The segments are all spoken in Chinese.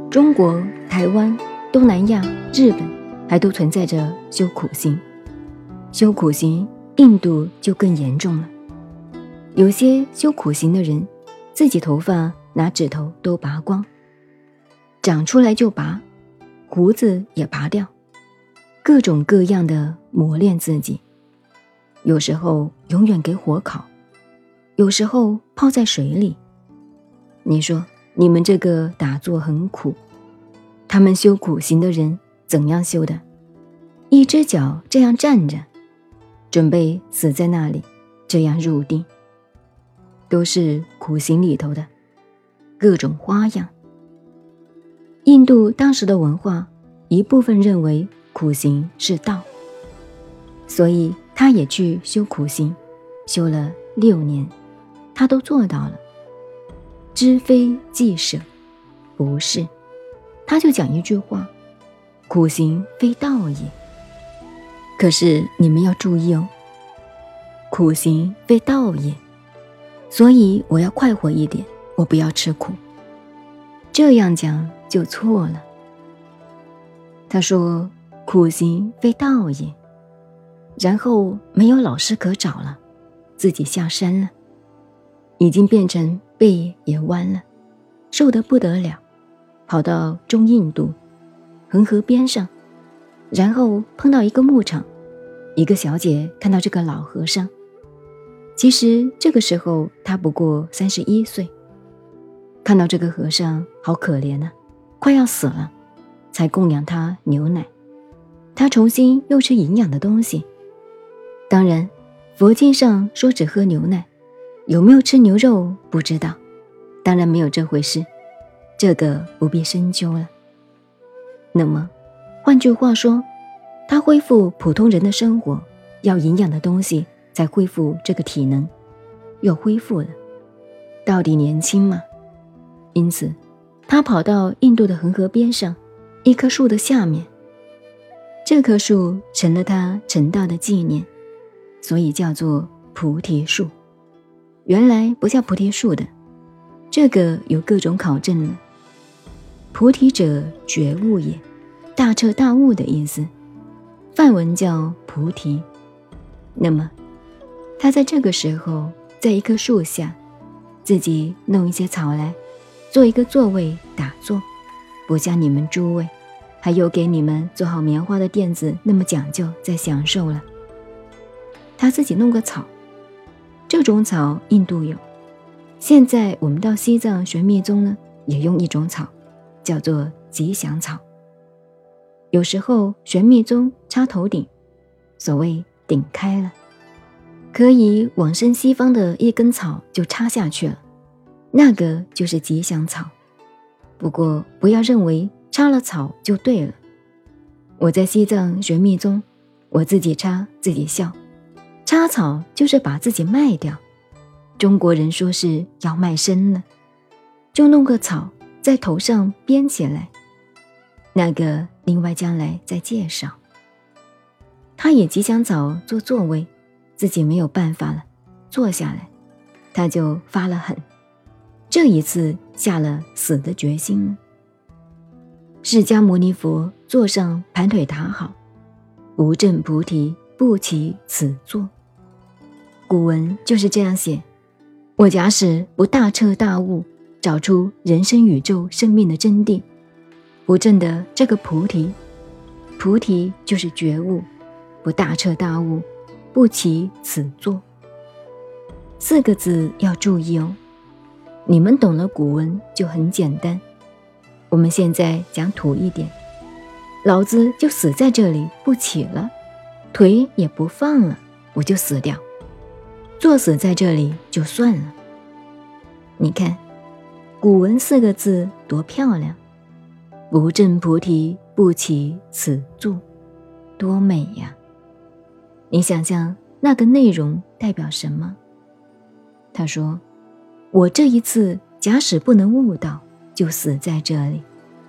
中国、台湾、东南亚、日本还都存在着修苦行。修苦行，印度就更严重了。有些修苦行的人，自己头发拿指头都拔光，长出来就拔，胡子也拔掉，各种各样的磨练自己。有时候永远给火烤，有时候泡在水里。你说你们这个打坐很苦，他们修苦行的人怎样修的？一只脚这样站着，准备死在那里，这样入定，都是苦行里头的各种花样。印度当时的文化，一部分认为苦行是道，所以他也去修苦行，修了6年，他都做到了。知非即舍，不是，他就讲一句话：苦行非道也。可是你们要注意哦，苦行非道也，所以我要快活一点，我不要吃苦。这样讲就错了。他说苦行非道也，然后没有老师可找了，自己下山了，已经变成背也弯了，瘦得不得了，跑到中印度恒河边上，然后碰到一个牧场，一个小姐看到这个老和尚，其实这个时候他不过31岁，看到这个和尚好可怜啊，快要死了，才供养他牛奶，他重新又吃营养的东西。当然佛经上说只喝牛奶，有没有吃牛肉不知道，当然没有这回事，这个不必深究了。那么换句话说，他恢复普通人的生活，要营养的东西才恢复这个体能，又恢复了，到底年轻吗？因此他跑到印度的恒河边上一棵树的下面，这棵树成了他成道的纪念，所以叫做菩提树。原来不叫菩提树的，这个有各种考证了。菩提者觉悟也，大彻大悟的意思，梵文叫菩提。那么他在这个时候在一棵树下自己弄一些草来做一个座位打坐，不像你们诸位还有给你们做好棉花的垫子那么讲究在享受了。他自己弄个草，这种草印度有，现在我们到西藏学密宗呢，也用一种草叫做吉祥草。有时候学密宗插头顶，所谓顶开了，可以往生西方的一根草就插下去了，那个就是吉祥草。不过不要认为插了草就对了。我在西藏学密宗，我自己插自己笑，插草就是把自己卖掉。中国人说是要卖身了，就弄个草在头上编起来，那个另外将来再介绍。他以吉祥草做座位，自己没有办法了，坐下来，他就发了狠，这一次下了死的决心了。释迦牟尼佛坐上盘腿打好，无证菩提不起此坐。古文就是这样写，我假使不大彻大悟，找出人生宇宙生命的真谛，不证的这个菩提，菩提就是觉悟，不大彻大悟，不起此坐。4个字要注意哦，你们懂了古文就很简单。我们现在讲土一点，老子就死在这里不起了，腿也不放了，我就死掉，坐死在这里就算了。你看古文4个字多漂亮，不证菩提不起此坐，多美呀！你想想那个内容代表什么？他说我这一次假使不能悟到，就死在这里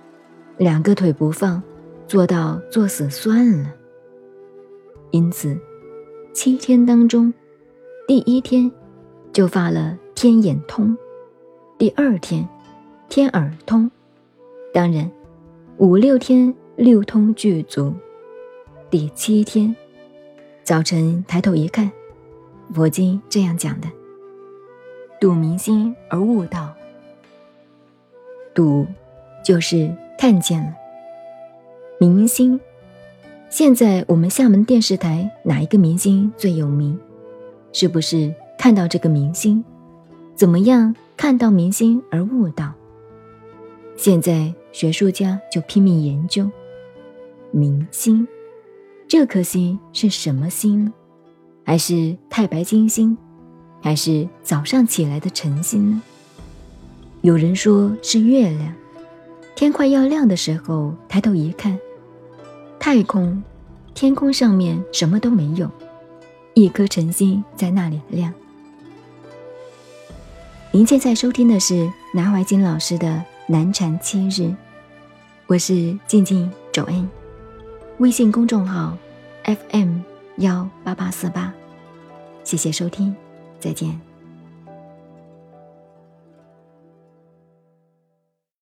，2个腿不放，做到坐死算了。因此7天当中，第1天就发了天眼通，第2天天耳通， 当然5、6天六通具足，第7天早晨抬头一看，佛经这样讲的：睹明星而悟道。睹就是看见了。明星，现在我们厦门电视台哪一个明星最有名？是不是看到这个明星？怎么样看到明星而悟道？现在学术家就拼命研究明星，这颗星是什么星呢？还是太白金星？还是早上起来的晨星呢？有人说是月亮，天快要亮的时候抬头一看，天空上面什么都没有，一颗晨星在那里亮。您现在收听的是南怀瑾老师的南禅7日，我是静静周恩，微信公众号 FM18848，谢谢收听，再见。